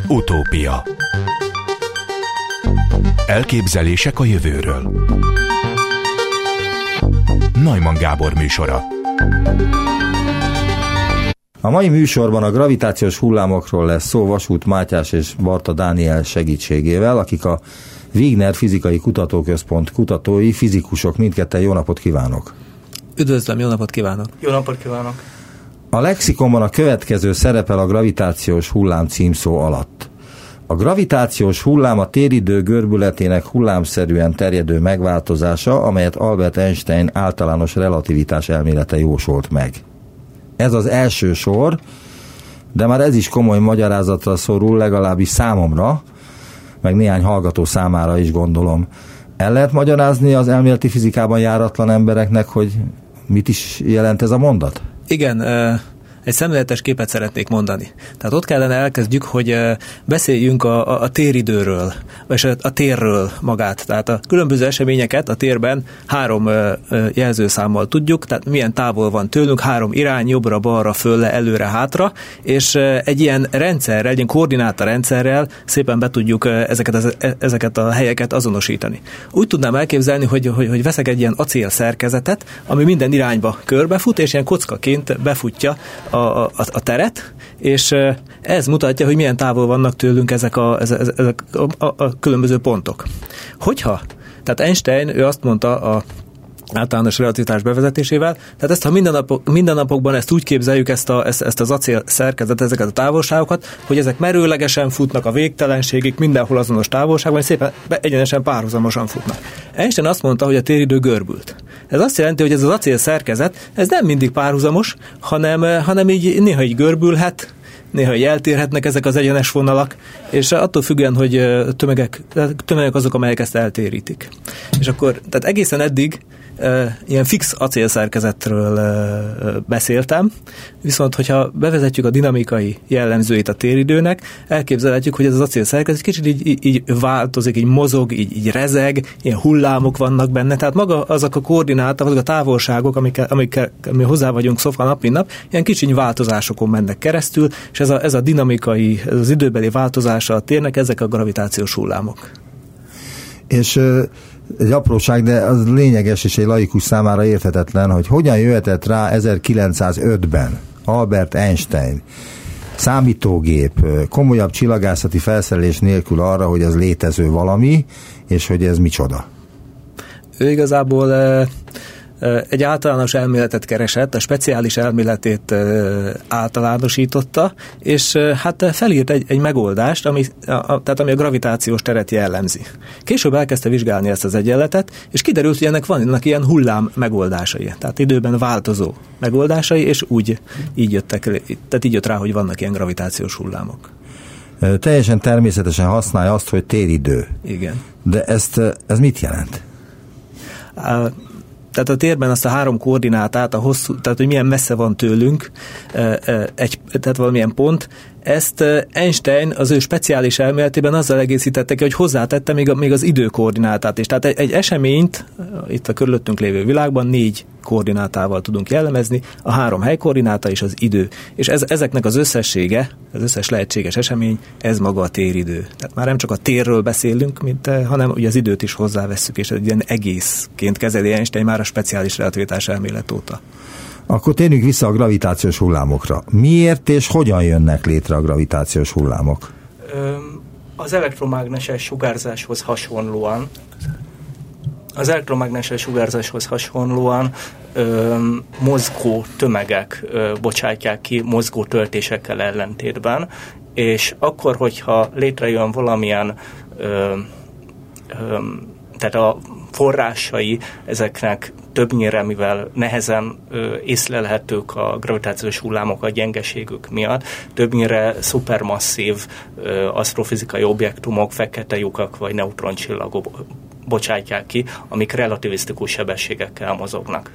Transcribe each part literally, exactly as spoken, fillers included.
Utópia. Elképzelések a jövőről. Neumann Gábor műsora. A mai műsorban a gravitációs hullámokról lesz szó Vasút Mátyás és Barta Dániel segítségével, akik a Wigner Fizikai Kutatóközpont kutatói, fizikusok, mindketten. Jó napot kívánok! Üdvözlöm, jó napot kívánok! Jó napot kívánok! A lexikonban a következő szerepel a gravitációs hullám címszó alatt. A gravitációs hullám a téridő görbületének hullámszerűen terjedő megváltozása, amelyet Albert Einstein általános relativitás elmélete jósolt meg. Ez az első sor, de már ez is komoly magyarázatra szorul, legalábbis számomra, meg néhány hallgató számára is gondolom. El lehet magyarázni az elméleti fizikában járatlan embereknek, hogy mit is jelent ez a mondat? Igen, egy szemléletes képet szeretnék mondani. Tehát ott kellene elkezdjük, hogy beszéljünk a, a, a téridőről, vagy a, a térről magát. Tehát a különböző eseményeket a térben három jelzőszámmal tudjuk, tehát milyen távol van tőlünk, három irány, jobbra, balra, fölle, előre, hátra, és egy ilyen rendszerrel, egy ilyen koordináta rendszerrel szépen be tudjuk ezeket, ezeket a helyeket azonosítani. Úgy tudnám elképzelni, hogy, hogy, hogy veszek egy ilyen acél szerkezetet, ami minden irányba körbefut, és ilyen kockaként befutja A, a, a teret, és ez mutatja, hogy milyen távol vannak tőlünk ezek a, ezek, ezek a, a, a különböző pontok. Hogyha, tehát Einstein, ő azt mondta a általános relativitás bevezetésével, tehát ezt, ha mindennapok, mindennapokban ezt úgy képzeljük, ezt, a, ezt, ezt az acél szerkezet, ezeket a távolságokat, hogy ezek merőlegesen futnak a végtelenségig, mindenhol azonos távolságban, és szépen egyenesen párhuzamosan futnak. Einstein azt mondta, hogy a téridő görbült. Ez azt jelenti, hogy ez az acél szerkezet, ez nem mindig párhuzamos, hanem, hanem így néha így görbülhet, néha így eltérhetnek ezek az egyenes vonalak, és attól függően, hogy tömegek, tömegek azok, amelyek ezt eltérítik. És akkor, tehát egészen eddig Uh, ilyen fix acélszerkezetről uh, beszéltem, viszont hogyha bevezetjük a dinamikai jellemzőit a téridőnek, elképzelhetjük, hogy ez az acélszerkezet kicsit így, így, így változik, így mozog, így, így rezeg, ilyen hullámok vannak benne, tehát maga azok a koordináta, azok a távolságok, amikkel, amikkel mi hozzá vagyunk szokva nap, mint nap, ilyen kicsiny változásokon mennek keresztül, és ez a, ez a dinamikai, ez az időbeli változása a térnek, ezek a gravitációs hullámok. És uh... egy apróság, de az lényeges és egy laikus számára érthetetlen, hogy hogyan jöhetett rá ezerkilencszázötben Albert Einstein számítógép, komolyabb csillagászati felszerelés nélkül arra, hogy ez létező valami, és hogy ez micsoda. Ő igazából egy általános elméletet keresett, a speciális elméletét általánosította, és hát felírt egy, egy megoldást, ami a, tehát ami a gravitációs teret jellemzi. Később elkezdte vizsgálni ezt az egyenletet, és kiderült, hogy ennek vannak ilyen hullám megoldásai, tehát időben változó megoldásai, és úgy így jöttek, tehát így jött rá, hogy vannak ilyen gravitációs hullámok. Teljesen természetesen használja azt, hogy téridő. Igen. De ezt, ez mit jelent? A, Tehát a térben azt a három koordinátát, a hosszú, tehát hogy milyen messze van tőlünk, egy, tehát valamilyen pont, ezt Einstein az ő speciális elméletében azzal egészítette ki, hogy hozzátette még, a, még az időkoordinátát is. Tehát egy, egy eseményt itt a körülöttünk lévő világban négy koordinátával tudunk jellemezni, a három helykoordináta és az idő. És ez, ezeknek az összessége, az összes lehetséges esemény, ez maga a téridő. Tehát már nem csak a térről beszélünk, mint, hanem ugye az időt is hozzávesszük, és egy ilyen egészként kezeli Einstein már a speciális relativitás elmélet óta. Akkor térjünk vissza a gravitációs hullámokra. Miért és hogyan jönnek létre a gravitációs hullámok? Az elektromágneses sugárzáshoz hasonlóan az elektromágneses sugárzáshoz hasonlóan ö, mozgó tömegek ö, bocsátják ki mozgó töltésekkel ellentétben, és akkor, hogyha létrejön valamilyen ö, ö, tehát a forrásai ezeknek többnyire, mivel nehezen ö, észlelhetők a gravitációs hullámok a gyengeségük miatt, többnyire szupermasszív ö, asztrofizikai objektumok, fekete lyukak vagy neutroncsillagok bocsátják ki, amik relativisztikus sebességekkel mozognak.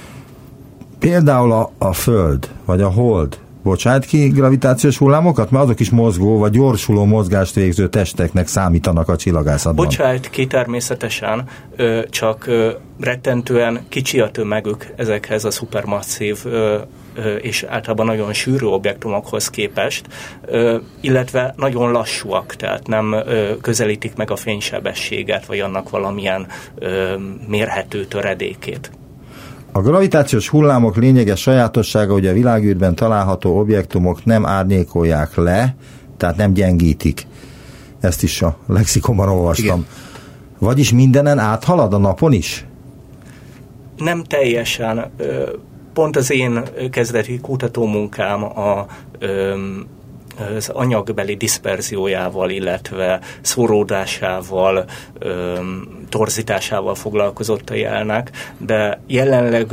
Például a, a Föld, vagy a Hold bocsát ki gravitációs hullámokat? Mert azok is mozgó, vagy gyorsuló mozgást végző testeknek számítanak a csillagászatban. Bocsát ki természetesen, csak rettentően kicsi a tömegük ezekhez a szupermasszív és általában nagyon sűrű objektumokhoz képest, illetve nagyon lassúak, tehát nem közelítik meg a fénysebességet, vagy annak valamilyen mérhető töredékét. A gravitációs hullámok lényeges sajátossága, hogy a világűrben található objektumok nem árnyékolják le, tehát nem gyengítik. Ezt is a lexikonban olvastam. Igen. Vagyis mindenen áthalad a napon is? Nem teljesen. Pont az én kezdeti kutatómunkám a, az anyagbeli diszperziójával, illetve szóródásával, torzításával foglalkozott a jelnek, de jelenleg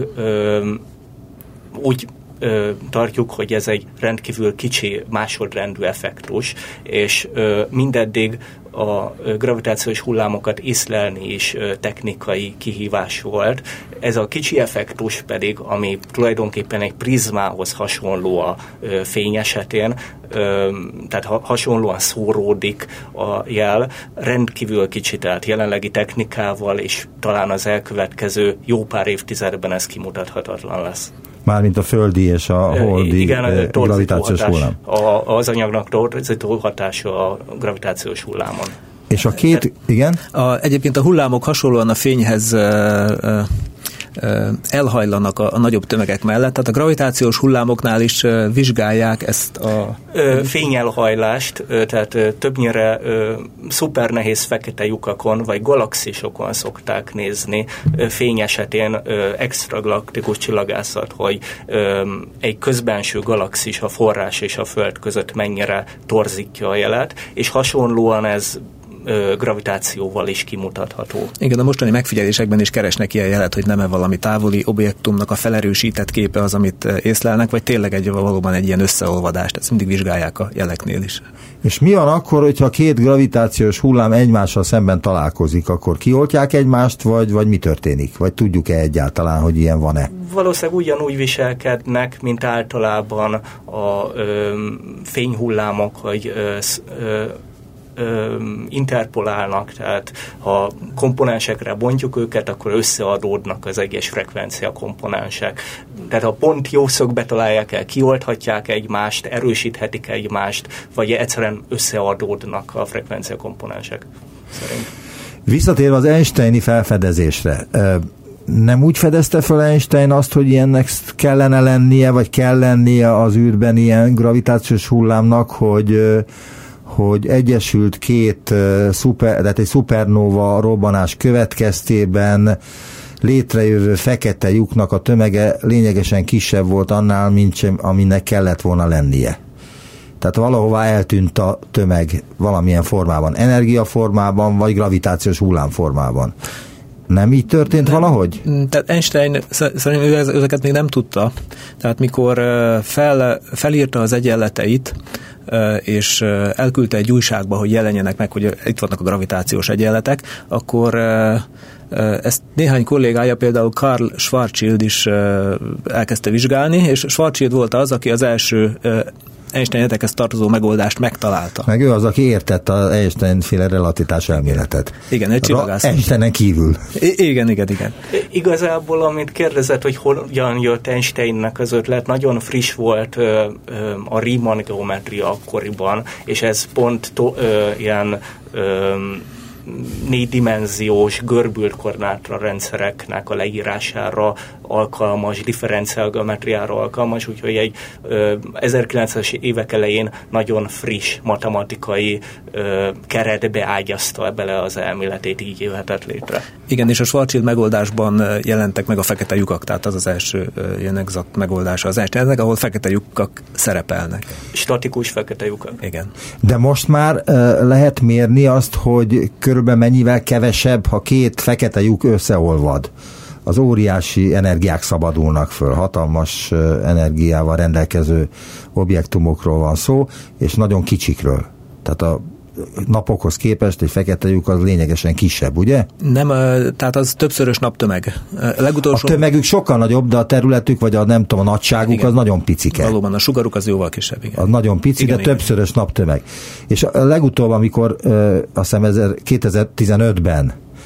úgy tartjuk, hogy ez egy rendkívül kicsi másodrendű effektus, és mindeddig a gravitációs hullámokat észlelni is technikai kihívás volt. Ez a kicsi effektus pedig, ami tulajdonképpen egy prizmához hasonló a fény esetén, tehát hasonlóan szóródik a jel, rendkívül kicsi, tehát jelenlegi technikával, és talán az elkövetkező jó pár évtizedben ez kimutathatatlan lesz. Mármint a földi és a holdi igen, gravitációs hullám. A, az anyagnak torzító hatása a gravitációs hullámon. És a két, igen? A, egyébként a hullámok hasonlóan a fényhez uh, uh, elhajlanak a, a nagyobb tömegek mellett, tehát a gravitációs hullámoknál is uh, vizsgálják ezt a... Fényelhajlást, tehát többnyire szuper nehéz fekete lyukakon, vagy galaxisokon szokták nézni fény esetén extragalaktikus csillagászat, hogy egy közbenső galaxis a forrás és a Föld között mennyire torzítja a jelet, és hasonlóan ez gravitációval is kimutatható. Igen, a mostani megfigyelésekben is keresnek ilyen jelet, hogy nem-e valami távoli objektumnak a felerősített képe az, amit észlelnek, vagy tényleg egy, valóban egy ilyen összeolvadást. Ezt mindig vizsgálják a jeleknél is. És mi van akkor, hogyha két gravitációs hullám egymással szemben találkozik, akkor kioltják egymást, vagy, vagy mi történik? Vagy tudjuk-e egyáltalán, hogy ilyen van-e? Valószínűleg ugyanúgy viselkednek, mint általában a ö, fényhullámok, hogy ö, ö, interpolálnak, tehát ha komponensekre bontjuk őket, akkor összeadódnak az egyes frekvencia komponensek. Tehát ha pont jó szögbe találják el, kiolthatják egymást, erősíthetik egymást, vagy egyszerűen összeadódnak a frekvencia komponensek szerint. Visszatérve az Einsteini felfedezésre, nem úgy fedezte fel Einstein azt, hogy ilyennek kellene lennie, vagy kell lennie az űrben ilyen gravitációs hullámnak, hogy hogy egyesült két uh, szuper, tehát egy szupernóva robbanás következtében létrejövő fekete lyuknak a tömege lényegesen kisebb volt annál, mint sem, aminek kellett volna lennie. Tehát valahová eltűnt a tömeg valamilyen formában, energiaformában, vagy gravitációs hullámformában. Nem így történt nem. valahogy? Tehát Einstein szerintem ő ezeket még nem tudta. Tehát mikor fel, felírta az egyenleteit, és elküldte egy újságba, hogy jelenjenek meg, hogy itt vannak a gravitációs egyenletek, akkor ezt néhány kollégája, például Karl Schwarzschild is elkezdte vizsgálni, és Schwarzschild volt az, aki az első Einstein-etekhez tartozó megoldást megtalálta. Meg ő az, aki értette az Einstein-féle relativitás elméletet. Igen, egy csillagász. Einsteinen kívül. I- igen, igen, igen. Igazából, amit kérdezett, hogy hogyan jött Einsteinnek az ötlet, nagyon friss volt ö, ö, a Riemann geometria akkoriban, és ez pont to, ö, ilyen ö, négydimenziós görbült koordináta rendszereknek a leírására alkalmas, differenciálgeometriára alkalmas, úgyhogy egy ö, ezerkilencszázas évek elején nagyon friss matematikai ö, keretbe ágyazta bele az elméletét, így jöhetett létre. Igen, és a Schwarzschild megoldásban jelentek meg a fekete lyukak, tehát az az első ilyen exakt megoldása az Einsteinnek, ahol fekete lyukak szerepelnek. Statikus fekete lyukak. Igen. De most már uh, lehet mérni azt, hogy körülbelül mennyivel kevesebb, ha két fekete lyuk összeolvad. Az óriási energiák szabadulnak föl, hatalmas uh, energiával rendelkező objektumokról van szó, és nagyon kicsikről. Tehát a napokhoz képest egy fekete lyuk az lényegesen kisebb, ugye? Nem, tehát az többszörös naptömeg. Legutolsó... A tömegük sokkal nagyobb, de a területük, vagy a nem tudom, a nagyságuk igen. az nagyon picike. Valóban, a sugaruk az jóval kisebb, igen. Az nagyon pici, igen, de igen. többszörös naptömeg. És a legutóbb, amikor ö, azt hiszem kétezer-tizenötben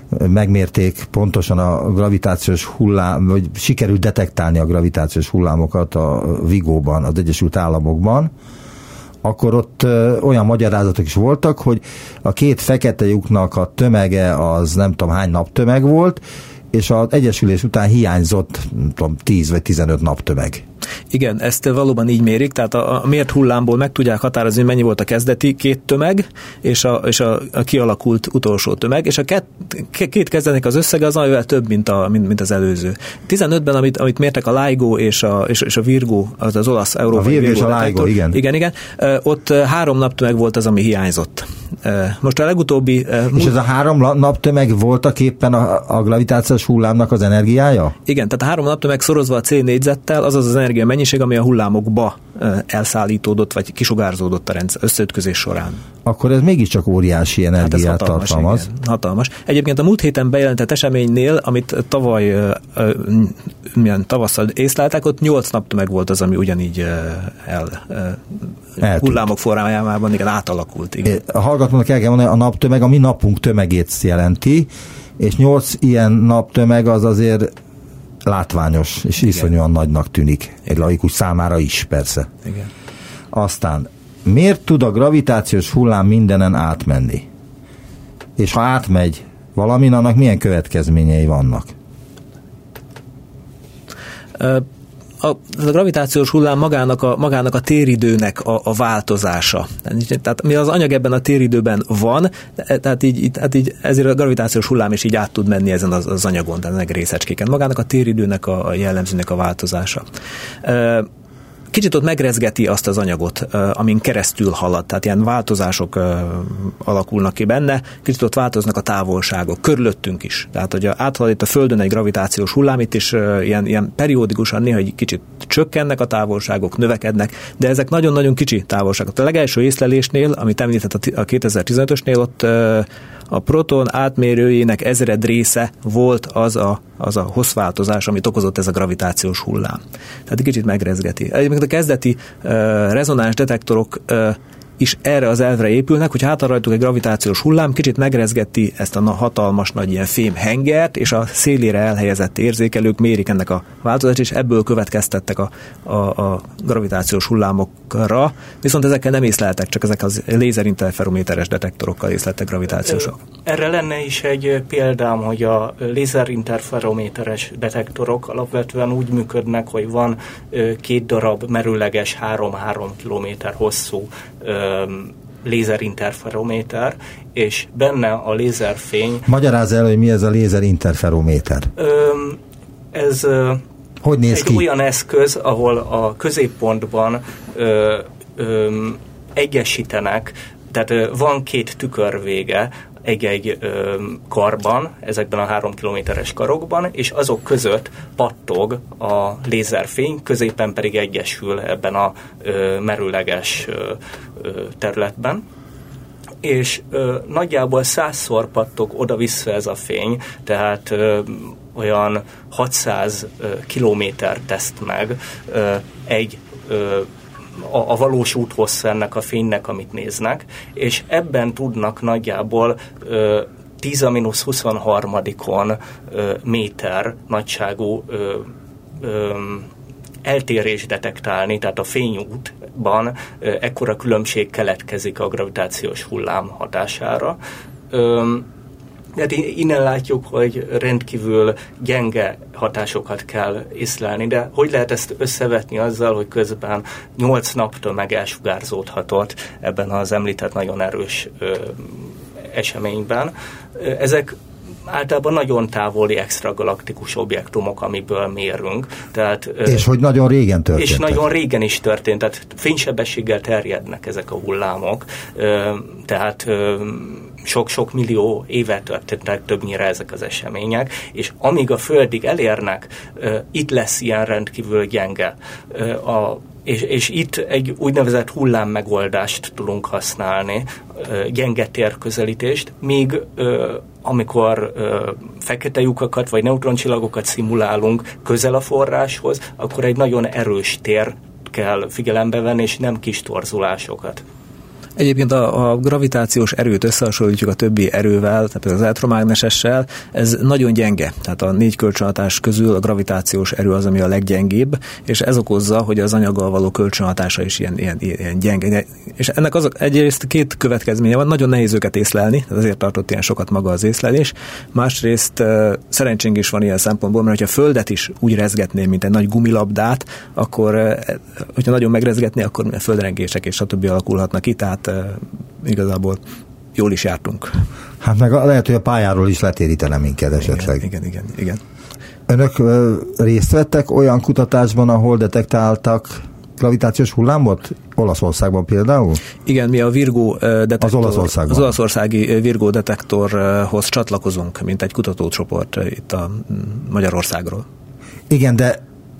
megmérték pontosan a gravitációs hullám, vagy sikerült detektálni a gravitációs hullámokat a Vigóban, az Egyesült Államokban, akkor ott ö, olyan magyarázatok is voltak, hogy a két fekete lyuknak a tömege az nem tudom hány naptömeg volt, és az egyesülés után hiányzott, nem tudom, tíz vagy tizenöt naptömeg. Igen, ezt valóban így mérik, tehát a, a mért hullámból meg tudják határozni, mennyi volt a kezdeti két tömeg, és a, és a, a kialakult utolsó tömeg, és a két, két kezdetnek az összege az nagyobb több, mint, a, mint, mint az előző. tizenötben, amit, amit mértek a LIGO és a, és, és a Virgo, az az olasz európai a Virgo és a LIGO, igen. Igen, igen. Ott három naptömeg volt az, ami hiányzott. Most a legutóbbi... És múlt... ez a három naptömeg voltak éppen a, a gravitációs hullámnak az energiája? Igen, tehát a három naptömeg szorozva a C négyzettel, az az az energia mennyiség, ami a hullámokba elszállítódott, vagy kisugárzódott a rendszer összeütközés során. Akkor ez mégiscsak óriási energiát hát hatalmas, tartalmaz. Igen, hatalmas. Egyébként a múlt héten bejelentett eseménynél, amit tavaly milyen tavasszal észleltek, ott nyolc naptömeg volt az, ami ugyanígy el, el hullámok formájában igen, átalakult. Igen. A hallgatónak el kell mondani, a naptömeg a mi napunk tömegét jelenti, és nyolc ilyen naptömeg az azért látványos, és igen, iszonyúan nagynak tűnik. Egy laikus számára is, persze. Igen. Aztán, miért tud a gravitációs hullám mindenen átmenni? És ha átmegy valamin, annak milyen következményei vannak? Uh, A, a gravitációs hullám magának a, magának a téridőnek a, a változása. Tehát mi az anyag ebben a téridőben van, tehát így, tehát így ezért a gravitációs hullám is így át tud menni ezen az, az anyagon, tehát ennek részecskéken. Magának a téridőnek a, a jellemzőnek a változása. Kicsit ott megrezgeti azt az anyagot, amin keresztül halad, tehát ilyen változások alakulnak ki benne, kicsit ott változnak a távolságok, körülöttünk is. Tehát, hogy áthalad itt a Földön egy gravitációs hullám, itt is ilyen, ilyen periódikusan néha egy kicsit csökkennek a távolságok, növekednek, de ezek nagyon-nagyon kicsi távolságok. A legelső észlelésnél, amit említett a kétezer-tizenötösnél, ott a proton átmérőjének ezred része volt az a, az a hosszváltozás, amit okozott ez a gravitációs hullám. Tehát kicsit megrezgeti. Egyébként a kezdeti uh, rezonáns detektorok uh, is erre az elvre épülnek, hogy hátra rajtuk egy gravitációs hullám, kicsit megrezgeti ezt a hatalmas nagy ilyen fém hengert, és a szélére elhelyezett érzékelők mérik ennek a változást, és ebből következtettek a, a, a gravitációs hullámokra, viszont ezekkel nem észleltek, csak ezek az lézerinterferométeres detektorokkal észleltek gravitációsok. Erre lenne is egy példám, hogy a lézerinterferométeres detektorok alapvetően úgy működnek, hogy van két darab merőleges három-három kilométer hosszú lézerinterferométer, és benne a lézerfény... Magyarázz el, hogy mi ez a lézerinterferométer. Ez hogy néz egy ki? Olyan eszköz, ahol a középpontban ö, ö, egyesítenek, tehát ö, van két tükörvége egy-egy ö, karban, ezekben a három kilométeres karokban, és azok között pattog a lézerfény, középen pedig egyesül ebben a ö, merőleges ö, ö, területben. És ö, nagyjából százszor pattog oda-vissza ez a fény, tehát ö, olyan hatszáz kilométer teszt meg ö, egy ö, a, a valós úthossz ennek a fénynek, amit néznek, és ebben tudnak nagyjából ö, tíz a mínusz huszonharmadikon ö, méter nagyságú ö, ö, eltérés detektálni, tehát a fényútban ö, ekkora különbség keletkezik a gravitációs hullám hatására. Ö, Tehát innen látjuk, hogy rendkívül gyenge hatásokat kell észlelni, de hogy lehet ezt összevetni azzal, hogy közben nyolc naptömeg elsugárzódhatott ebben az említett nagyon erős ö, eseményben. Ezek általában nagyon távoli extragalaktikus objektumok, amiből mérünk. Tehát, és hogy nagyon régen történt. És nagyon régen is történt, tehát fénysebességgel terjednek ezek a hullámok, tehát sok-sok millió éve történtek többnyire ezek az események, és amíg a Földig elérnek, itt lesz ilyen rendkívül gyenge. A És, és itt egy úgynevezett hullámmegoldást tudunk használni, gyenge térközelítést, míg amikor fekete lyukakat vagy neutroncsillagokat szimulálunk közel a forráshoz, akkor egy nagyon erős tér kell figyelembe venni, és nem kis torzulásokat. Egyébként a, a gravitációs erőt összehasonlítjuk a többi erővel, tehát az elektromágnesessel, ez nagyon gyenge. Tehát a négy kölcsönhatás közül a gravitációs erő az, ami a leggyengébb, és ez okozza, hogy az anyaggal való kölcsönhatása is ilyen, ilyen, ilyen gyenge. És ennek az egyrészt két következménye van, nagyon nehéz őket észlelni, ezért tartott ilyen sokat maga az észlelés. Másrészt szerencsénk is van ilyen szempontból, mert hogyha a Földet is úgy rezgetném, mint egy nagy gumilabdát, akkor, hogyha nagyon megrezgetné, akkor földrengések és stb. Alakulhatnak ki, tehát igazából jól is jártunk. Hát meg lehet, hogy a pályáról is letérítene minket esetleg. Igen, igen, igen, igen. Önök ö, részt vettek olyan kutatásban, ahol detektáltak gravitációs hullámot? Olaszországban például? Igen, mi a Virgo detektor, az, Olaszországban. az olaszországi Virgo detektorhoz csatlakozunk, mint egy kutatócsoport itt a Magyarországról. Igen, de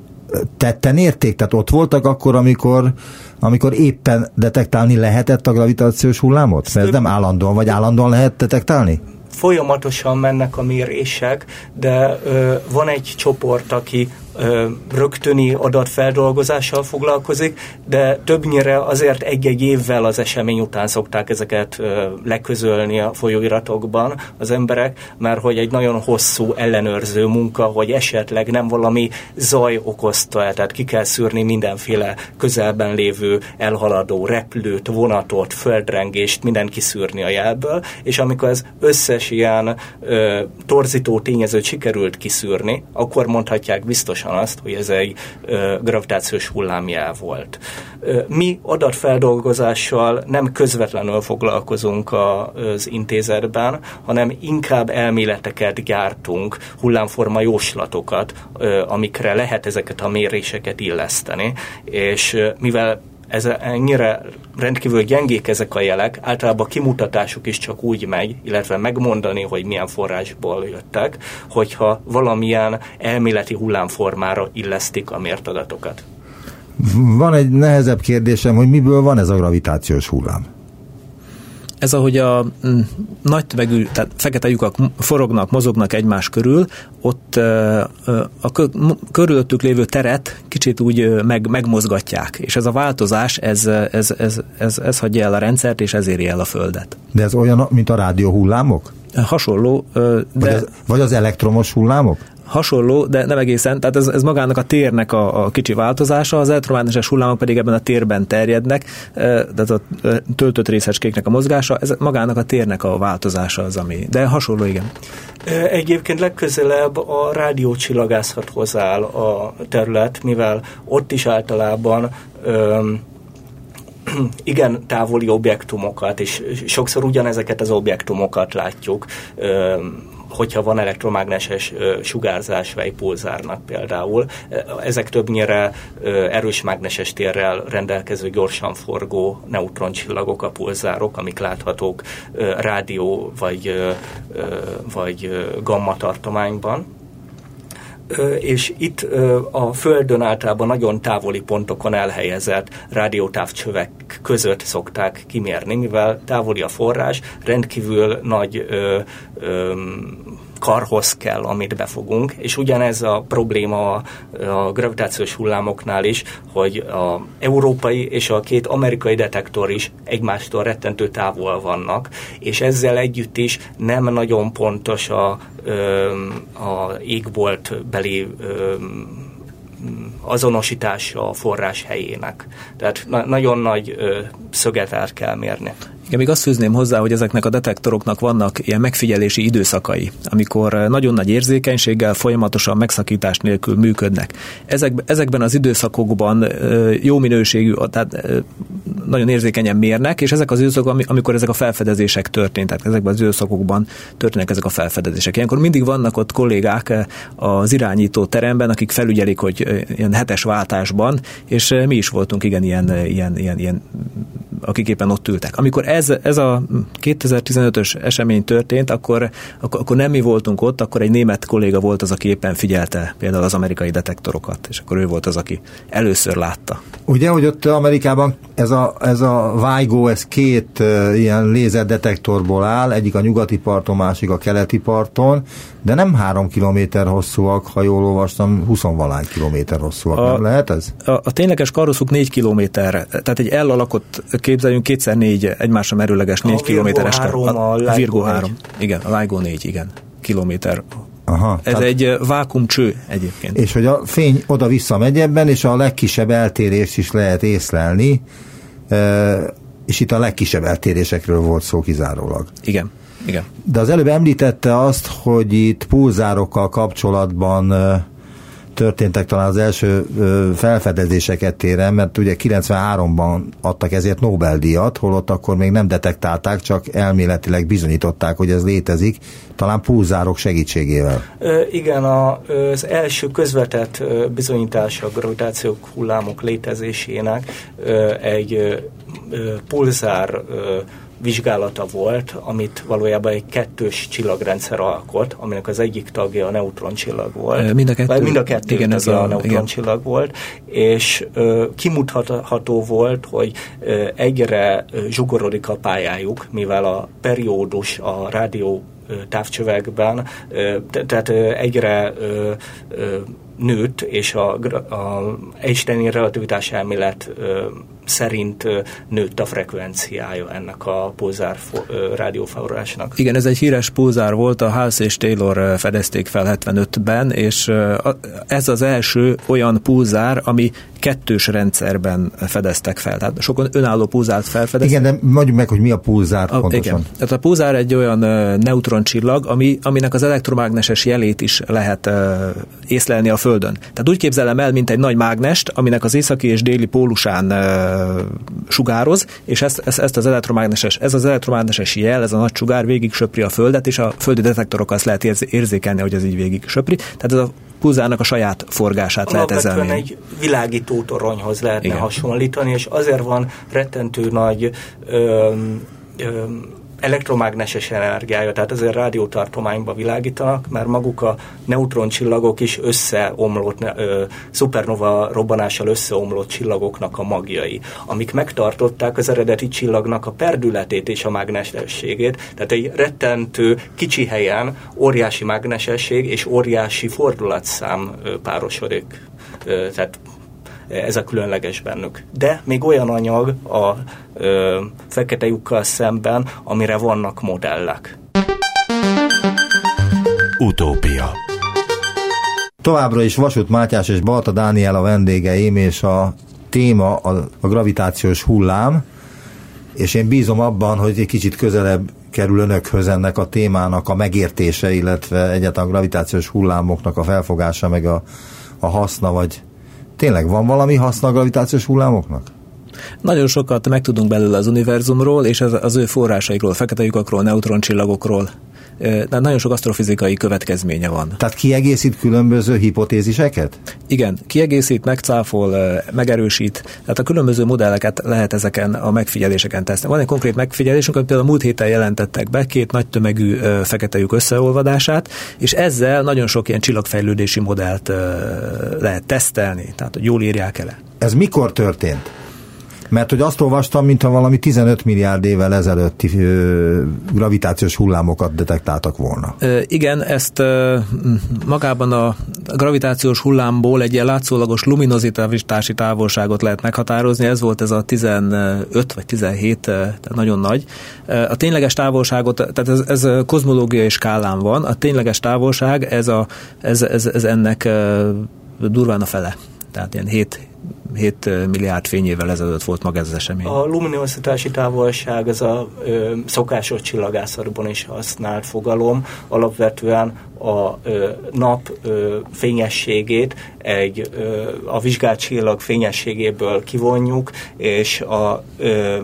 tetten érték? Tehát ott voltak akkor, amikor, amikor éppen detektálni lehetett a gravitációs hullámot? Mert ez nem állandóan, vagy állandóan lehet detektálni? Folyamatosan mennek a mérések, de ö, van egy csoport, aki ö, rögtöni adatfeldolgozással foglalkozik, de többnyire azért egy-egy évvel az esemény után szokták ezeket ö, leközölni a folyóiratokban az emberek, mert hogy egy nagyon hosszú ellenőrző munka, hogy esetleg nem valami zaj okozta, tehát ki kell szűrni mindenféle közelben lévő elhaladó repülőt, vonatot, földrengést, mindent kiszűrni a jelből, és amikor ez összes ilyen ö, torzító tényezőt sikerült kiszűrni, akkor mondhatják biztosan azt, hogy ez egy ö, gravitációs hullámjel volt. Ö, mi adatfeldolgozással nem közvetlenül foglalkozunk a, az intézetben, hanem inkább elméleteket gyártunk, hullámforma jóslatokat, ö, amikre lehet ezeket a méréseket illeszteni, és ö, mivel ez ennyire rendkívül gyengék ezek a jelek, általában a kimutatásuk is csak úgy megy, illetve megmondani, hogy milyen forrásból jöttek, hogyha valamilyen elméleti hullámformára illesztik a mért adatokat. Van egy nehezebb kérdésem, hogy miből van ez a gravitációs hullám? Ez ahogy a m, nagy tömegű, tehát fekete lyukak forognak, mozognak egymás körül, ott ö, a kö, körülöttük lévő teret kicsit úgy meg, megmozgatják, és ez a változás, ez, ez, ez, ez, ez hagyja el a rendszert, és ez éri el a Földet. De ez olyan, mint a rádióhullámok? Hasonló, de... Vagy az, vagy az elektromos hullámok? Hasonló, de nem egészen, tehát ez, ez magának a térnek a, a kicsi változása, az elektromágneses hullámok pedig ebben a térben terjednek, tehát a töltött részecskéknek a mozgása, ez magának a térnek a változása az, ami, de hasonló, igen. Egyébként legközelebb a rádiócsillagászathoz áll a terület, mivel ott is általában öm, igen távoli objektumokat, és sokszor ugyanezeket az objektumokat látjuk, öm, hogyha van elektromágneses sugárzás Wave-pulzárnak például. Ezek többnyire erős mágneses térrel rendelkező, gyorsan forgó neutroncsillagok, a pulzárok, amik láthatók rádió vagy, vagy gamma tartományban. És itt a Földön általában nagyon távoli pontokon elhelyezett rádiótávcsövek között szokták kimérni, mivel távoli a forrás, rendkívül nagy ö, ö, karhoz kell, amit befogunk, és ugyanez a probléma a, a gravitációs hullámoknál is, hogy az európai és a két amerikai detektor is egymástól rettentő távol vannak, és ezzel együtt is nem nagyon pontos a, a égboltbeli azonosítása a forrás helyének. Tehát na- nagyon nagy ö, szöget át kell mérni. Igen, még azt fűzném hozzá, hogy ezeknek a detektoroknak vannak ilyen megfigyelési időszakai, amikor nagyon nagy érzékenységgel folyamatosan megszakítás nélkül működnek. Ezek, ezekben az időszakokban jó minőségű, tehát nagyon érzékenyen mérnek, és ezek az időszakok, amikor ezek a felfedezések történtek, ezekben az időszakokban történnek ezek a felfedezések. Ilyenkor mindig vannak ott kollégák az irányító teremben, akik felügyelik, hogy ilyen hetes váltásban, és mi is voltunk igen ilyen, ilyen, ilyen, ilyen akik éppen ott ültek. Amikor ez, ez a kétezer-tizenötös esemény történt, akkor, akkor, akkor nem mi voltunk ott, akkor egy német kolléga volt az, aki éppen figyelte például az amerikai detektorokat, és akkor ő volt az, aki először látta. Ugye, hogy ott Amerikában ez a, ez a WIGO, ez két uh, ilyen lézerdetektorból áll, egyik a nyugati parton, másik a keleti parton, de nem három kilométer hosszúak, ha jól olvastam, huszonvalány kilométer hosszúak, a, nem lehet ez? A, a tényleges karoszuk négy kilométer, tehát egy elalakott képzeljünk, kétszer négy egymásra merőleges négy kilométeres. A Virgo három. Igen, a LIGO négy, igen, kilométer. Aha, ez tehát egy vákumcső egyébként. És hogy a fény oda-vissza megy ebben, és a legkisebb eltérést is lehet észlelni, és itt a legkisebb eltérésekről volt szó kizárólag. Igen, igen. De az előbb említette azt, hogy itt pulzárokkal kapcsolatban történtek talán az első felfedezéseket téren, mert ugye kilencvenháromban adtak ezért Nobel-díjat, holott akkor még nem detektálták, csak elméletileg bizonyították, hogy ez létezik, talán pulzárok segítségével. Ö, igen, a, az első közvetett bizonyítása a gravitációs hullámok létezésének ö, egy ö, pulzár ö, vizsgálata volt, amit valójában egy kettős csillagrendszer alkot, aminek az egyik tagja a neutroncsillag volt. Mind a kettő, mind a kettő igen, tagja a, a neutroncsillag volt, és ö, kimutatható volt, hogy ö, egyre zsugorodik a pályájuk, mivel a periódus a rádió távcsövekben, tehát egyre nőtt, és a, a Einsteini relativitás elmélet szerint nőtt a frekvenciája ennek a pulzár rádióforrásnak. Igen, ez egy híres pulzár volt, a Hulse és Taylor fedezték fel hetvenötben, és ez az első olyan pulzár, ami kettős rendszerben fedeztek fel. Tehát sokan önálló pulzárt felfedeztek. Igen, de mondjuk meg, hogy mi a pulzár a, pontosan. Igen. Tehát a pulzár egy olyan neutroncsillag, ami, aminek az elektromágneses jelét is lehet uh, észlelni a Földön. Tehát úgy képzelem el, mint egy nagy mágnest, aminek az északi és déli pólusán uh, sugároz, és ezt, ezt, ezt az elektromágneses, ez az elektromágneses jel, ez a nagy sugár végig söpri a Földet, és a földi detektorokkal azt lehet érzékelni, hogy ez így végig söpri. Tehát ez a pulzárnak a saját forgását lehet ezzel mérni. Egy világító toronyhoz lehetne Igen. hasonlítani, és azért van rettentő nagy öm, öm, elektromágneses energiája, tehát azért rádiótartományba világítanak, mert maguk a neutroncsillagok is összeomlott, ö, szupernova robbanással összeomlott csillagoknak a magjai, amik megtartották az eredeti csillagnak a perdületét és a mágnesességét, tehát egy rettentő kicsi helyen óriási mágnesesség és óriási fordulatszám ö, párosodik. Ö, tehát ez a különleges bennük. De még olyan anyag a ö, fekete lyukkal szemben, amire vannak modellek. Utópia. Továbbra is Vasút Mátyás és Balta Dániel a vendégeim, és a téma a, a gravitációs hullám, és én bízom abban, hogy egy kicsit közelebb kerül önökhöz ennek a témának a megértése, illetve egyáltalán a gravitációs hullámoknak a felfogása, meg a, a haszna, vagy tényleg van valami haszna a gravitációs hullámoknak? Nagyon sokat megtudunk belőle az univerzumról, és az, az ő forrásaikról, fekete lyukakról, neutroncsillagokról. De nagyon sok asztrofizikai következménye van. Tehát kiegészít különböző hipotéziseket? Igen, kiegészít, megcáfol, megerősít. Tehát a különböző modelleket lehet ezeken a megfigyeléseken tesztelni. Van egy konkrét megfigyelésünk, amit például múlt héten jelentettek be, két nagy tömegű fekete lyuk összeolvadását, és ezzel nagyon sok ilyen csillagfejlődési modellt lehet tesztelni, tehát hogy jól írják el. Ez mikor történt? Mert hogy azt olvastam, mintha valami tizenöt milliárd évvel ezelőtti ö, gravitációs hullámokat detektáltak volna. Ö, igen, ezt ö, magában a gravitációs hullámból egy ilyen látszólagos luminozitási távolságot lehet meghatározni, ez volt ez a tizenöt vagy tizenhét, tehát nagyon nagy. A tényleges távolságot, tehát ez, ez kozmológiai skálán van, a tényleges távolság ez, a, ez, ez, ez ennek durván a fele. Tehát ilyen hét milliárd fényével ezelőtt volt maga ez az esemény. A luminositási távolság, ez a ö, szokásos csillagászatban is használt fogalom. Alapvetően a ö, nap ö, fényességét egy, ö, a vizsgált csillag fényességéből kivonjuk, és a ö,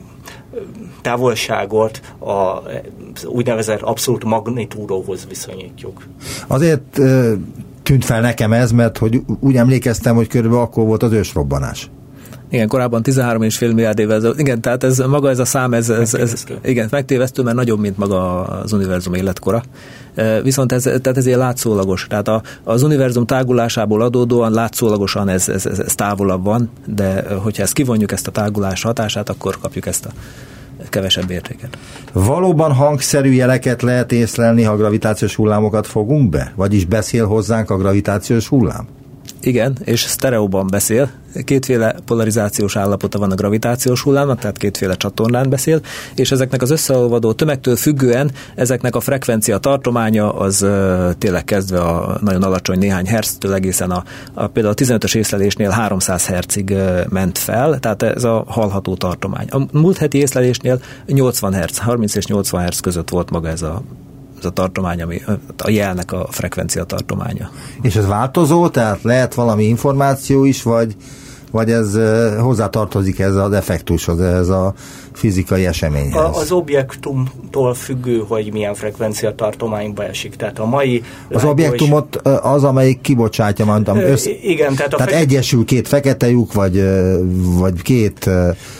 távolságot az úgynevezett abszolút magnitúdóhoz viszonyítjuk. Azért ö, tűnt fel nekem ez, mert hogy úgy emlékeztem, hogy körülbelül akkor volt az ősrobbanás. Igen, korábban tizenhárom egész öt milliárd évvel. Igen, tehát ez maga ez a szám, ez, ez, ez igen, megtévesztő, mert nagyobb, mint maga az univerzum életkora. Viszont ez, tehát ez ilyen látszólagos. Tehát a, az univerzum tágulásából adódóan látszólagosan ez, ez, ez, ez távolabb van, de hogyha ezt kivonjuk, ezt a tágulás hatását, akkor kapjuk ezt a kevesebb értéket. Valóban hangszerű jeleket lehet észlelni, ha gravitációs hullámokat fogunk be? Vagyis beszél hozzánk a gravitációs hullám? Igen, és sztereóban beszél. Kétféle polarizációs állapota van a gravitációs hullámnak, tehát kétféle csatornán beszél, és ezeknek az összeolvadó tömegtől függően ezeknek a frekvencia tartománya az uh, tényleg kezdve a nagyon alacsony néhány hertztől egészen a, a például a tizenötös észlelésnél háromszáz hertzig uh, ment fel, tehát ez a hallható tartomány. A múlt heti észlelésnél nyolcvan hertz, harminc és nyolcvan hertz között volt maga ez a ez a tartomány, ami a jelnek a frekvencia tartománya. És ez változó, tehát lehet valami információ is, vagy, vagy ez hozzátartozik ez az effektushoz, ez a fizikai eseményhez? A, az objektumtól függő, hogy milyen frekvencia tartományba esik. Tehát a mai... Az objektumot az, amelyik kibocsátja, mondtam, össz... Igen, tehát, a tehát fekete... egyesül két fekete lyuk, vagy, vagy két...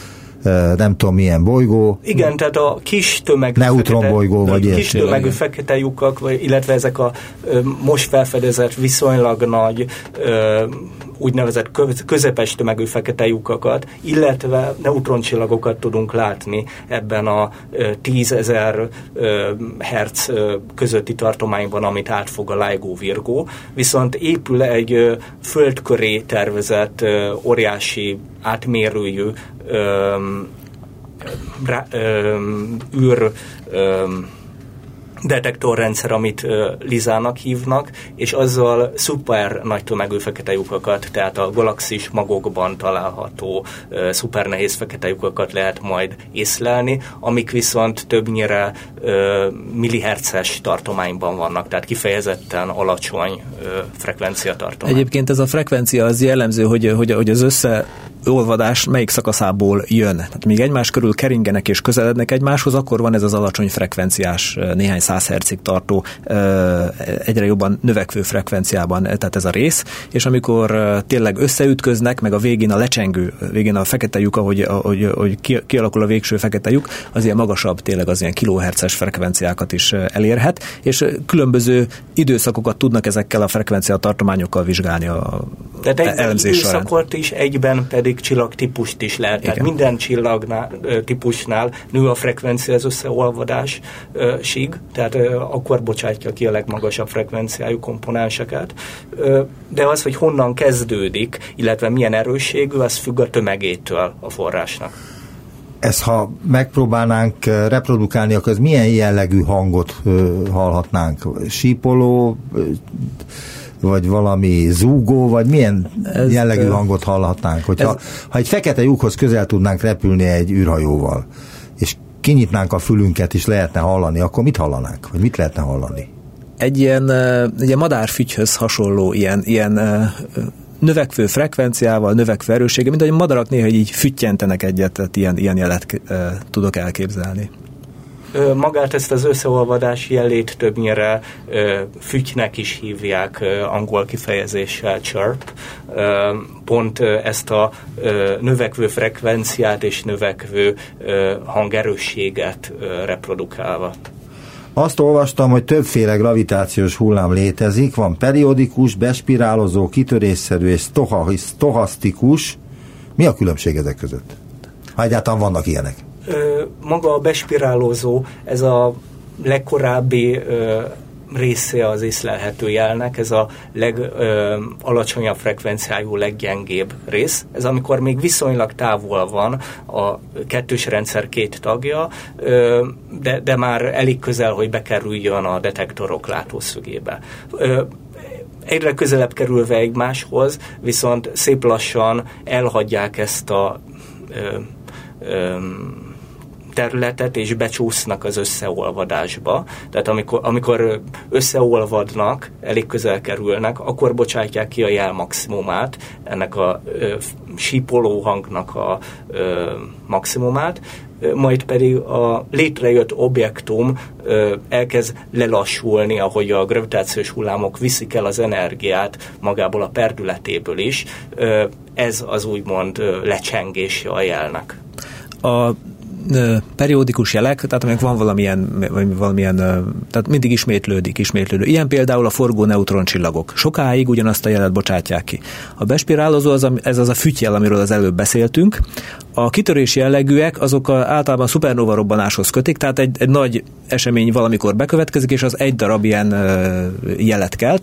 nem tudom milyen bolygó. Igen, tehát a kis tömegű neutronbolygó, vagy kis ilyesmi. Tömegű fekete lyukak, vagy, illetve ezek a ö, most felfedezett viszonylag nagy ö, úgynevezett közepes tömegű fekete lyukakat, illetve neutroncsillagokat tudunk látni ebben a tízezer hertz közötti tartományban, amit átfog a LIGO Virgo. Viszont épül egy ö, föld köré tervezett ö, óriási átmérőjű Öm, rá, öm, űr öm, detektorrendszer, amit ö, lizának hívnak, és azzal szuper nagy tömegű fekete lyukakat, tehát a galaxis magokban található ö, szuper nehéz fekete lyukakat lehet majd észlelni, amik viszont többnyire ö, millihertzes tartományban vannak, tehát kifejezetten alacsony ö, frekvencia tartomány. Egyébként ez a frekvencia az jellemző, hogy, hogy, hogy az össze olvadás melyik szakaszából jön. Tehát míg egymás körül keringenek és közelednek egymáshoz, akkor van ez az alacsony frekvenciás, néhány száz hertzig tartó, egyre jobban növekvő frekvenciában, tehát ez a rész, és amikor tényleg összeütköznek, meg a végén a lecsengő, végén a fekete lyuk, ahogy, ahogy, ahogy kialakul a végső fekete lyuk, az ilyen magasabb, tényleg az ilyen kilohertzes frekvenciákat is elérhet, és különböző időszakokat tudnak ezekkel a frekvenciatartományokkal vizsgálni a Tehát egy időszakot is, egyben pedig csillagtípust is lehet. Tehát minden csillagnál, típusnál nő a frekvencia az összeolvadásig, tehát akkor bocsátja ki a legmagasabb frekvenciájú komponenseket. De az, hogy honnan kezdődik, illetve milyen erősségű, az függ a tömegétől a forrásnak. Ezt ha megpróbálnánk reprodukálni, akkor ez milyen jellegű hangot hallhatnánk? Sípoló, vagy valami zúgó, vagy milyen ez jellegű uh, hangot hallhatnánk? Hogyha, ez, ha egy fekete lyukhoz közel tudnánk repülni egy űrhajóval, és kinyitnánk a fülünket, és lehetne hallani, akkor mit hallanánk? Vagy mit lehetne hallani? Egy ilyen, egy ilyen madárfügyhöz hasonló, ilyen, ilyen növekvő frekvenciával, növekvő erőssége, mint ahogy madarak néha így füttyentenek egyet, tehát ilyen, ilyen jelet tudok elképzelni. Magát ezt az összeolvadás jelét többnyire fütynek is hívják angol kifejezéssel chirp. Pont ezt a növekvő frekvenciát és növekvő hangerősséget reprodukálva. Azt olvastam, hogy többféle gravitációs hullám létezik, van periódikus, bespirálozó, kitörésszerű és sztochasztikus. Mi a különbség ezek között? Ha egyáltalán vannak ilyenek. Maga a bespirálózó, ez a legkorábbi ö, része az észlelhető jelnek, ez a legalacsonyabb frekvenciájú, leggyengébb rész. Ez amikor még viszonylag távol van a kettős rendszer két tagja, ö, de, de már elég közel, hogy bekerüljön a detektorok látószögébe. Ö, Egyre közelebb kerülve egymáshoz, viszont szép lassan elhagyják ezt a ö, ö, területet, és becsúsznak az összeolvadásba. Tehát amikor, amikor összeolvadnak, elég közel kerülnek, akkor bocsátják ki a jel maximumát, ennek a ö, sípoló hangnak a ö, maximumát, majd pedig a létrejött objektum ö, elkezd lelassulni, ahogy a gravitációs hullámok viszik el az energiát magából a perdületéből is. Ö, ez az úgymond ö, lecsengése a jelnek. A periódikus jelek, tehát amelyek van valamilyen, valamilyen, tehát mindig ismétlődik, ismétlődő. Ilyen például a forgó neutroncsillagok. Sokáig ugyanazt a jelet bocsátják ki. A bespirálozó, az, ez az a fütyjel, amiről az előbb beszéltünk. A kitörés jellegűek, azok általában szupernóva robbanáshoz kötik, tehát egy, egy nagy esemény valamikor bekövetkezik, és az egy darab ilyen jelet kelt.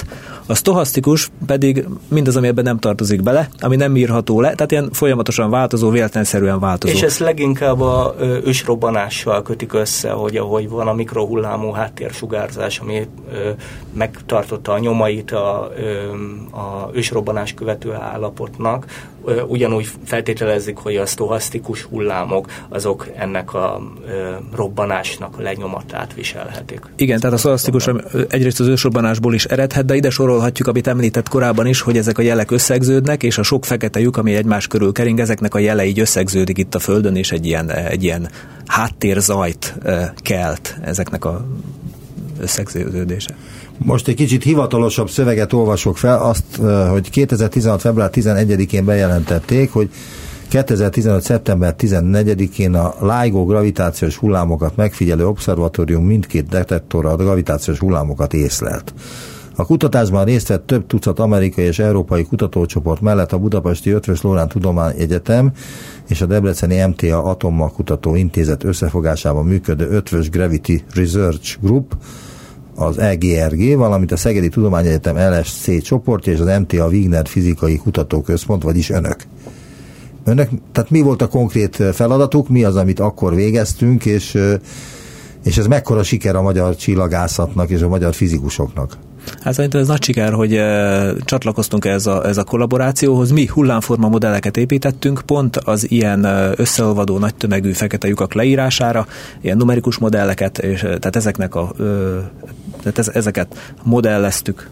A sztochasztikus pedig mindaz, ami ebben nem tartozik bele, ami nem írható le, tehát ilyen folyamatosan változó, véletlenszerűen változó. És ezt leginkább a ősrobbanással kötik össze, hogy ahogy van a mikrohullámú háttérsugárzás, ami ö, megtartotta a nyomait a, ö, a ősrobbanás követő állapotnak, ö, ugyanúgy feltételezik, hogy a sztochasztikus hullámok azok ennek a ö, robbanásnak a lenyomatát viselhetik. Igen, tehát a sztochasztikus egyrészt az ősrobbanásból is eredhet, de ide sorolhatjuk, amit említett korábban is, hogy ezek a jelek összegződnek, és a sok fekete lyuk, ami egymás körül kering, ezeknek a jele így összegződik itt a Földön, és egy ilyen, egy ilyen háttérzajt kelt ezeknek a összegződése. Most egy kicsit hivatalosabb szöveget olvasok fel, azt, hogy kétezer-tizenhat. február tizenegyedikén bejelentették, hogy kétezer-tizenöt. szeptember tizennegyedikén a LIGO gravitációs hullámokat megfigyelő obszervatórium mindkét detektora a gravitációs hullámokat észlelt. A kutatásban részt vett több tucat amerikai és európai kutatócsoport mellett a budapesti Eötvös Loránd Tudományegyetem és a debreceni em té á Atommag-kutató Intézet összefogásában működő Eötvös Gravity Research Group, az e gé er gé, valamint a Szegedi Tudományegyetem el es cé csoportja és az em té á Wigner Fizikai Kutatóközpont, vagyis önök. Önök, tehát mi volt a konkrét feladatuk, mi az, amit akkor végeztünk, és, és ez mekkora siker a magyar csillagászatnak és a magyar fizikusoknak? Hát szerintem ez nagy siker, hogy e, csatlakoztunk ez a, ez a kollaborációhoz. Mi hullámforma modelleket építettünk, pont az ilyen összeolvadó nagy tömegű fekete lyukak leírására, ilyen numerikus modelleket, és tehát ezeknek a, e, tehát ez, ezeket modelleztük.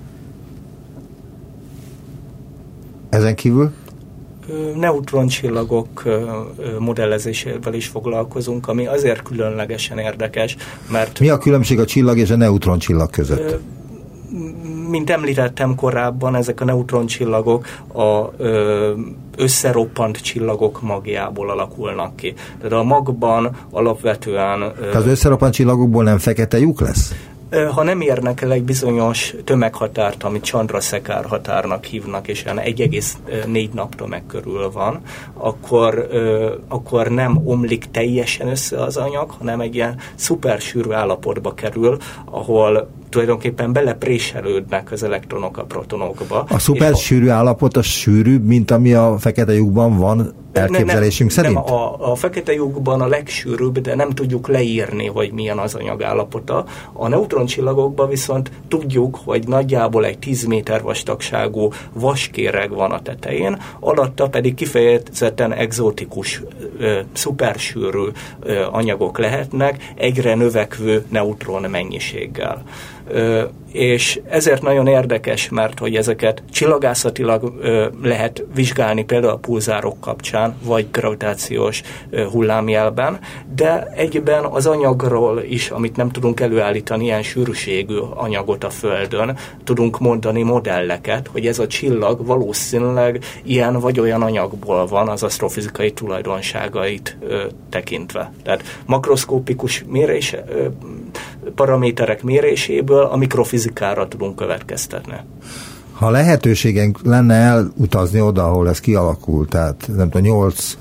Ezen kívül? Neutroncsillagok modellezésével is foglalkozunk, ami azért különlegesen érdekes, mert... Mi a különbség a csillag és a neutroncsillag között? Mint említettem korábban, ezek a neutroncsillagok a összeroppant csillagok magjából alakulnak ki. Tehát a magban alapvetően... Tehát az összeroppant csillagokból nem fekete lyuk lesz? Ha nem érnek el egy bizonyos tömeghatárt, amit Chandrasekhar határnak hívnak, és olyan egy egész négy naptömeg körül van, akkor, akkor nem omlik teljesen össze az anyag, hanem egy ilyen szupersűrű állapotba kerül, ahol tulajdonképpen belepréselődnek az elektronok a protonokba. A szupersűrű állapot a sűrűbb, mint ami a fekete lyukban van elképzelésünk nem, szerint? Nem, a, a fekete lyukban a legsűrűbb, de nem tudjuk leírni, hogy milyen az anyag állapota. A neutroncsillagokban viszont tudjuk, hogy nagyjából egy tíz méter vastagságú vaskéreg van a tetején, alatta pedig kifejezetten egzotikus, ö, szupersűrű ö, anyagok lehetnek, egyre növekvő neutron mennyiséggel. Ö, és ezért nagyon érdekes, mert hogy ezeket csillagászatilag ö, lehet vizsgálni például a pulzárok kapcsán, vagy gravitációs ö, hullámjelben, de egyben az anyagról is, amit nem tudunk előállítani, ilyen sűrűségű anyagot a Földön, tudunk mondani modelleket, hogy ez a csillag valószínűleg ilyen vagy olyan anyagból van az asztrofizikai tulajdonságait ö, tekintve. Tehát makroszkópikus mérés, ö, paraméterek méréséből a mikrofizikára tudunk következtetni. Ha lehetőségünk lenne elutazni oda, ahol ez kialakult, tehát nem tudom, nyolc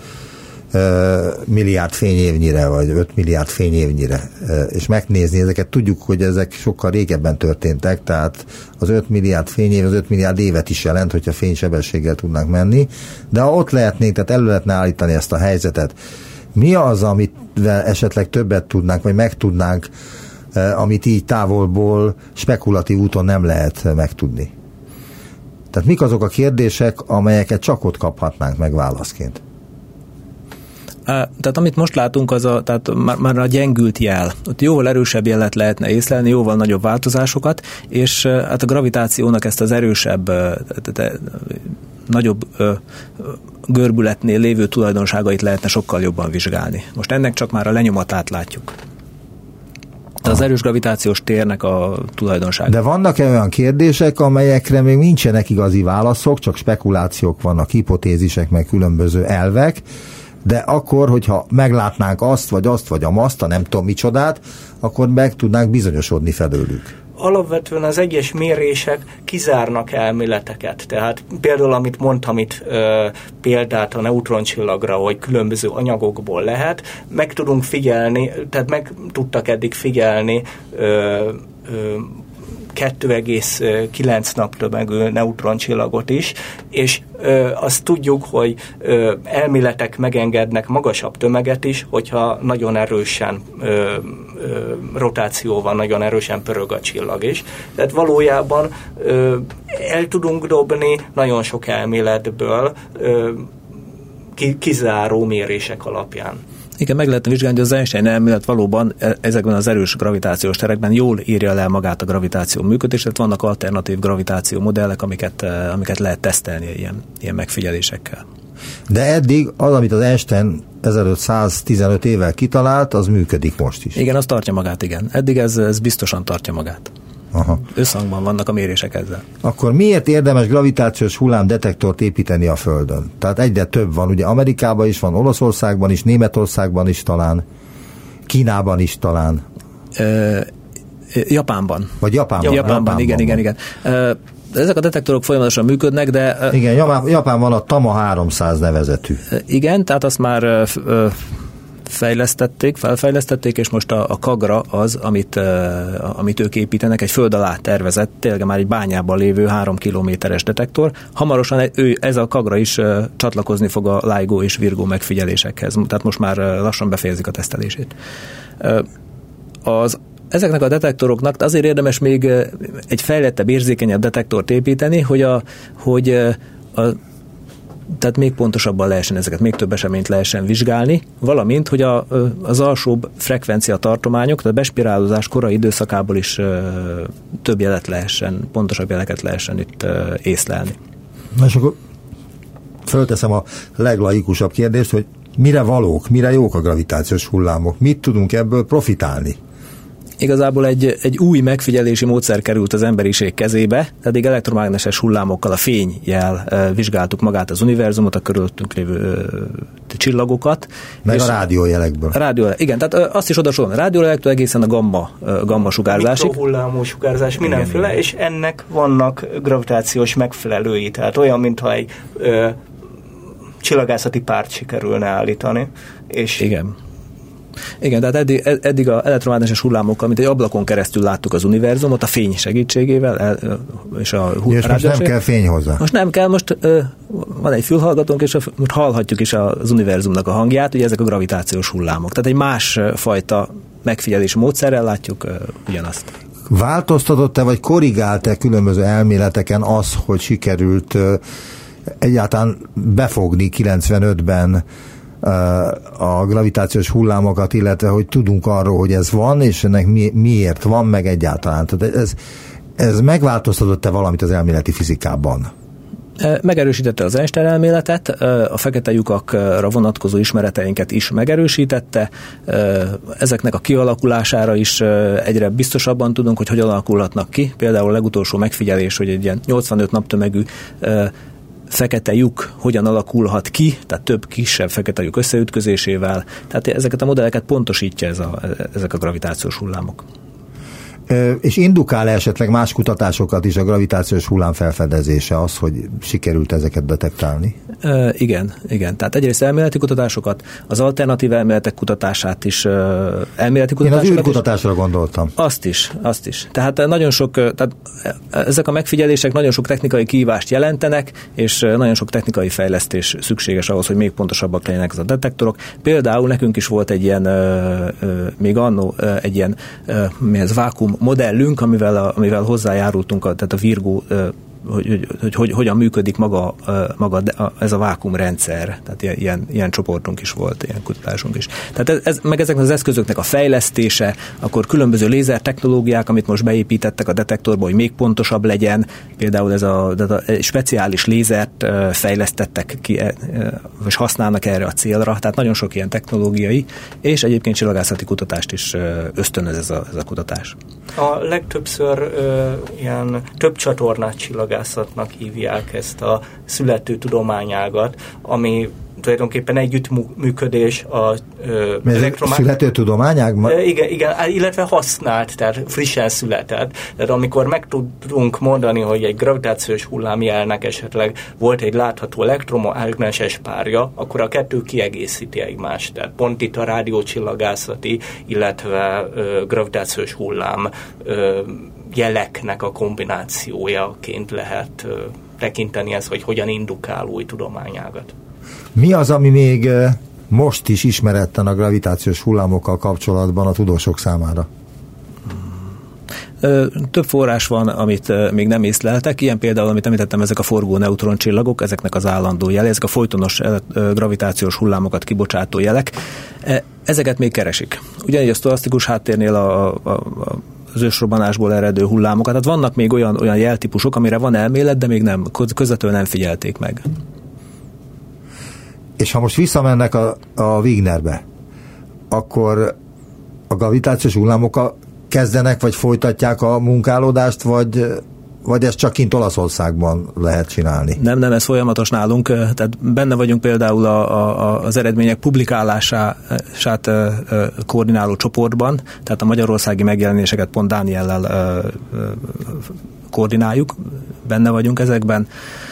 milliárd fényévnyire, vagy öt milliárd fényévnyire, és megnézni ezeket, tudjuk, hogy ezek sokkal régebben történtek, tehát az öt milliárd fényév, az öt milliárd évet is jelent, hogyha fénysebességgel tudnánk menni, de ha ott lehetnénk, tehát elő lehetne állítani ezt a helyzetet, mi az, amit esetleg többet tudnánk, vagy megtudnánk, amit így távolból spekulatív úton nem lehet megtudni? Tehát mik azok a kérdések, amelyeket csak ott kaphatnánk meg válaszként? Tehát amit most látunk, az a, tehát már, már a gyengült jel. Ott jóval erősebb jelet lehetne észlelni, jóval nagyobb változásokat, és hát a gravitációnak ezt az erősebb, tehát, nagyobb ö, görbületnél lévő tulajdonságait lehetne sokkal jobban vizsgálni. Most ennek csak már a lenyomatát látjuk. Az erős gravitációs térnek a tulajdonsága. De vannak-e olyan kérdések, amelyekre még nincsenek igazi válaszok, csak spekulációk vannak, hipotézisek, meg különböző elvek, de akkor, hogyha meglátnánk azt, vagy azt, vagy azt, a nem tudom micsodát, akkor meg tudnánk bizonyosodni felőlük. Alapvetően az egyes mérések kizárnak elméleteket. Tehát például, amit mondtam itt ö, példát a neutroncsillagra, hogy különböző anyagokból lehet, meg tudunk figyelni, tehát meg tudtak eddig figyelni ö, ö, kettő egész kilenc naptömegű neutroncsillagot is, és ö, azt tudjuk, hogy ö, elméletek megengednek magasabb tömeget is, hogyha nagyon erősen ö, ö, rotáció van, nagyon erősen pörög a csillag is. Tehát valójában ö, el tudunk dobni nagyon sok elméletből ö, kizáró mérések alapján. Igen, meg lehetne vizsgálni, hogy az Einstein elmélet valóban ezekben az erős gravitációs terekben jól írja le magát a gravitáció működést, tehát vannak alternatív gravitáció modellek, amiket, amiket lehet tesztelni ilyen, ilyen megfigyelésekkel. De eddig az, amit az Einstein ezerötszáztizenöt évvel kitalált, az működik most is. Igen, az tartja magát, igen. Eddig ez, ez biztosan tartja magát. Aha. Összhangban vannak a mérések ezzel. Akkor miért érdemes gravitációs hullámdetektort építeni a Földön? Tehát egyre több van, ugye Amerikában is van, Olaszországban is, Németországban is talán, Kínában is talán. Ö, Japánban. Vagy Japánban. Japánban, Japánban igen, igen, igen. Ö, ezek a detektorok folyamatosan működnek, de... Igen, Japán van a Tama háromszáz nevezetű. Igen, tehát azt már ö, fejlesztették, felfejlesztették, és most a, a Kagra az, amit, uh, amit ők építenek, egy föld alá tervezett, tényleg már egy bányában lévő három kilométeres detektor. Hamarosan ő, ez a Kagra is uh, csatlakozni fog a LIGO és Virgo megfigyelésekhez, tehát most már uh, lassan befejezik a tesztelését. Uh, az Ezeknek a detektoroknak azért érdemes még uh, egy fejlettebb, érzékenyebb detektort építeni, hogy a, hogy uh, a tehát még pontosabban lehessen ezeket, még több eseményt lehessen vizsgálni, valamint, hogy a, az alsóbb frekvencia tartományok, tehát a bespirálózás korai időszakából is ö, több jelet lehessen, pontosabb jeleket lehessen itt ö, észlelni. Na és akkor fölteszem a leglaikusabb kérdést, hogy mire valók, mire jók a gravitációs hullámok, mit tudunk ebből profitálni? Igazából egy, egy új megfigyelési módszer került az emberiség kezébe, eddig elektromágneses hullámokkal, a fényjel e, vizsgáltuk magát az univerzumot, a körülöttünk lévő e, csillagokat. Meg a rádiójelekből. A rádió, igen, tehát e, azt is oda sorolom, a rádiójelektől egészen a gamma, e, gamma sugárzásig. Mikrohullámú sugárzás, mindenféle, igen, és ennek vannak gravitációs megfelelői, tehát olyan, mintha egy ö, csillagászati párt sikerülne állítani. És igen. Igen, tehát eddig, eddig az elektromágneses hullámokkal, mint egy ablakon keresztül láttuk az univerzumot a fény segítségével, és a hull- és most nem kell fény hozzá. Most nem kell, most uh, van egy fülhallgatónk, és most hallhatjuk is az univerzumnak a hangját, ugye ezek a gravitációs hullámok. Tehát egy más fajta megfigyelési módszerrel látjuk uh, ugyanazt. Változtatott-e, vagy korrigált-e különböző elméleteken az, hogy sikerült uh, egyáltalán befogni kilencvenötben a gravitációs hullámokat, illetve hogy tudunk arról, hogy ez van, és ennek mi, miért van, meg egyáltalán. Tehát ez, ez megváltoztatott-e valamit az elméleti fizikában? Megerősítette az Einstein elméletet, a fekete lyukakra vonatkozó ismereteinket is megerősítette, ezeknek a kialakulására is egyre biztosabban tudunk, hogy hogyan alakulhatnak ki. Például a legutolsó megfigyelés, hogy egy ilyen nyolcvanöt naptömegű fekete lyuk hogyan alakulhat ki, tehát több kisebb fekete lyuk összeütközésével. Tehát ezeket a modelleket pontosítja ez a, ezek a gravitációs hullámok. És indukál esetleg más kutatásokat is a gravitációs hullám felfedezése, az, hogy sikerült ezeket detektálni? E, igen, igen. Tehát egyrészt elméleti kutatásokat, az alternatív elméletek kutatását is, elméleti kutatásokat. Én az űrkutatásra gondoltam. Azt is, azt is. Tehát nagyon sok, tehát ezek a megfigyelések nagyon sok technikai kihívást jelentenek, és nagyon sok technikai fejlesztés szükséges ahhoz, hogy még pontosabbak legyenek ez a detektorok. Például nekünk is volt egy ilyen, még annó egy ilyen, mi ez, vákum modellünk, amivel, a, amivel hozzájárultunk, a, tehát a Virgo, hogy, hogy, hogy, hogy hogyan működik maga, maga ez a vákumrendszer. Tehát ilyen, ilyen csoportunk is volt, ilyen kutatásunk is. Tehát ez, ez, meg ezeknek az eszközöknek a fejlesztése, akkor különböző lézer technológiák, amit most beépítettek a detektorba, hogy még pontosabb legyen, például ez a, a, a speciális lézert fejlesztettek ki, vagy használnak erre a célra, tehát nagyon sok ilyen technológiai, és egyébként csillagászati kutatást is ösztönöz ez a, ez a kutatás. A legtöbbször ö, ilyen több csatornát csillagászatnak hívják ezt a születő tudományágat, ami tulajdonképpen együttműködés a elektromágneses... Születő tudományág? Igen, igen, illetve használt, tehát frissen született. Tehát amikor meg tudunk mondani, hogy egy gravitációs hullámjelnek esetleg volt egy látható elektromágneses párja, akkor a kettő kiegészíti egymást. Tehát pont itt a rádiócsillagászati, illetve ö, gravitációs hullám ö, jeleknek a kombinációjaként lehet ö, tekinteni ezt, hogy hogyan indukál új tudományágat. Mi az, ami még most is ismeretlen a gravitációs hullámokkal kapcsolatban a tudósok számára? Több forrás van, amit még nem észleltek, ilyen például, amit említettem, ezek a forgó neutroncsillagok, ezeknek az állandó jele, ezek a folytonos gravitációs hullámokat kibocsátó jelek, ezeket még keresik. Ugyanígy a sztochasztikus háttérnél a, a, a az ősrobbanásból eredő hullámokat. Tehát vannak még olyan, olyan jeltípusok, amire van elmélet, de még nem, közvetlenül nem figyelték meg. És ha most visszamennek a, a Wignerbe, akkor a gravitációs hullámokkal kezdenek, vagy folytatják a munkálódást, vagy, vagy ezt csak kint Olaszországban lehet csinálni? Nem, nem, ez folyamatos nálunk. Tehát benne vagyunk például a, a, az eredmények publikálását koordináló csoportban, tehát a magyarországi megjelenéseket pont Dániellel koordináljuk, benne vagyunk ezekben,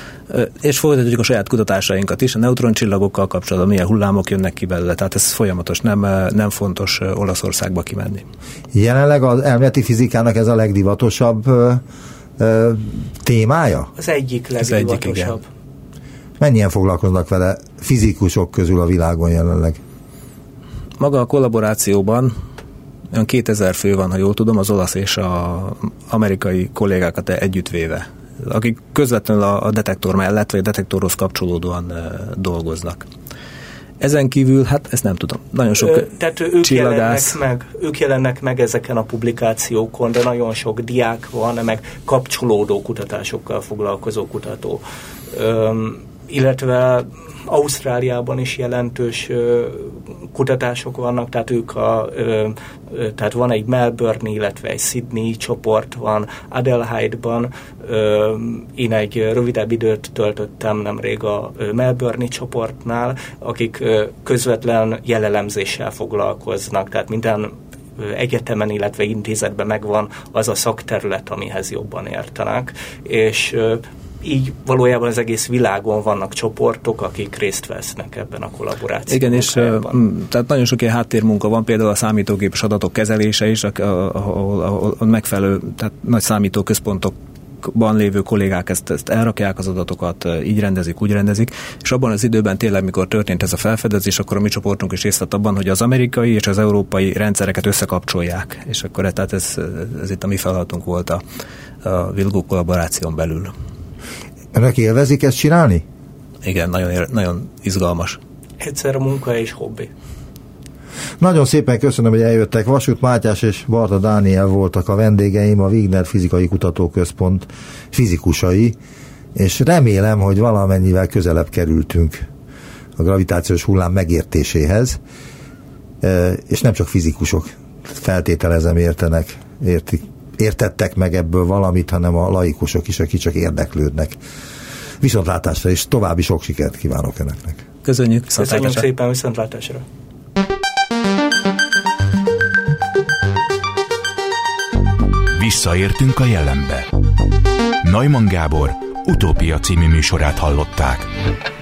és folytatjuk a saját kutatásainkat is, a neutroncsillagokkal kapcsolatban milyen hullámok jönnek ki belőle, tehát ez folyamatos, nem, nem fontos Olaszországba kimenni. Jelenleg az elméleti fizikának ez a legdivatosabb ö, ö, témája? Az egyik legdivatosabb. Egyik, mennyien foglalkoznak vele fizikusok közül a világon jelenleg? Maga a kollaborációban olyan kétezer fő van, ha jól tudom, az olasz és az amerikai kollégákat együttvéve, akik közvetlenül a detektor mellett, vagy a detektorhoz kapcsolódóan dolgoznak. Ezen kívül, hát ezt nem tudom, nagyon sok Ö, tehát ők csillagász... jelennek, meg, ők jelennek meg ezeken a publikációkon, de nagyon sok diák van, meg kapcsolódó kutatásokkal foglalkozó kutató. Öm, illetve Ausztráliában is jelentős ö, kutatások vannak, tehát ők a, ö, ö, tehát van egy Melbourne, illetve egy Sydney csoport van, Adelaide-ban, ö, én egy rövidebb időt töltöttem nemrég a Melbourne-i csoportnál, akik ö, közvetlen jelelemzéssel foglalkoznak, tehát minden egyetemen, illetve intézetben megvan az a szakterület, amihez jobban értenek, és ö, így valójában az egész világon vannak csoportok, akik részt vesznek ebben a kollaborációban. Igen, és tehát nagyon sok ilyen háttérmunka van, például a számítógépes adatok kezelése is, ahol, ahol megfelelő, tehát nagy számítóközpontokban lévő kollégák ezt, ezt elrakják az adatokat, így rendezik, úgy rendezik, és abban az időben tényleg, mikor történt ez a felfedezés, akkor a mi csoportunk is részt vett abban, hogy az amerikai és az európai rendszereket összekapcsolják, és akkor tehát ez, ez itt a mi feladatunk volt a, a Wilgó kollaboráción belül. Önök élvezik ezt csinálni? Igen, nagyon, nagyon izgalmas. Egyszer a munka és hobbi. Nagyon szépen köszönöm, hogy eljöttek. Vasút Mátyás és Barta Dániel voltak a vendégeim, a Wigner Fizikai Kutatóközpont fizikusai, és remélem, hogy valamennyivel közelebb kerültünk a gravitációs hullám megértéséhez, és nem csak fizikusok, feltételezem értenek, értik. értettek meg ebből valamit, hanem a laikusok is, akik csak érdeklődnek. Viszontlátásra, és további sok sikert kívánok önöknek. Köszönjük. Köszönjük szépen, viszontlátásra. Visszaértünk a jelenbe. Neumann Gábor Utópia című műsorát hallották.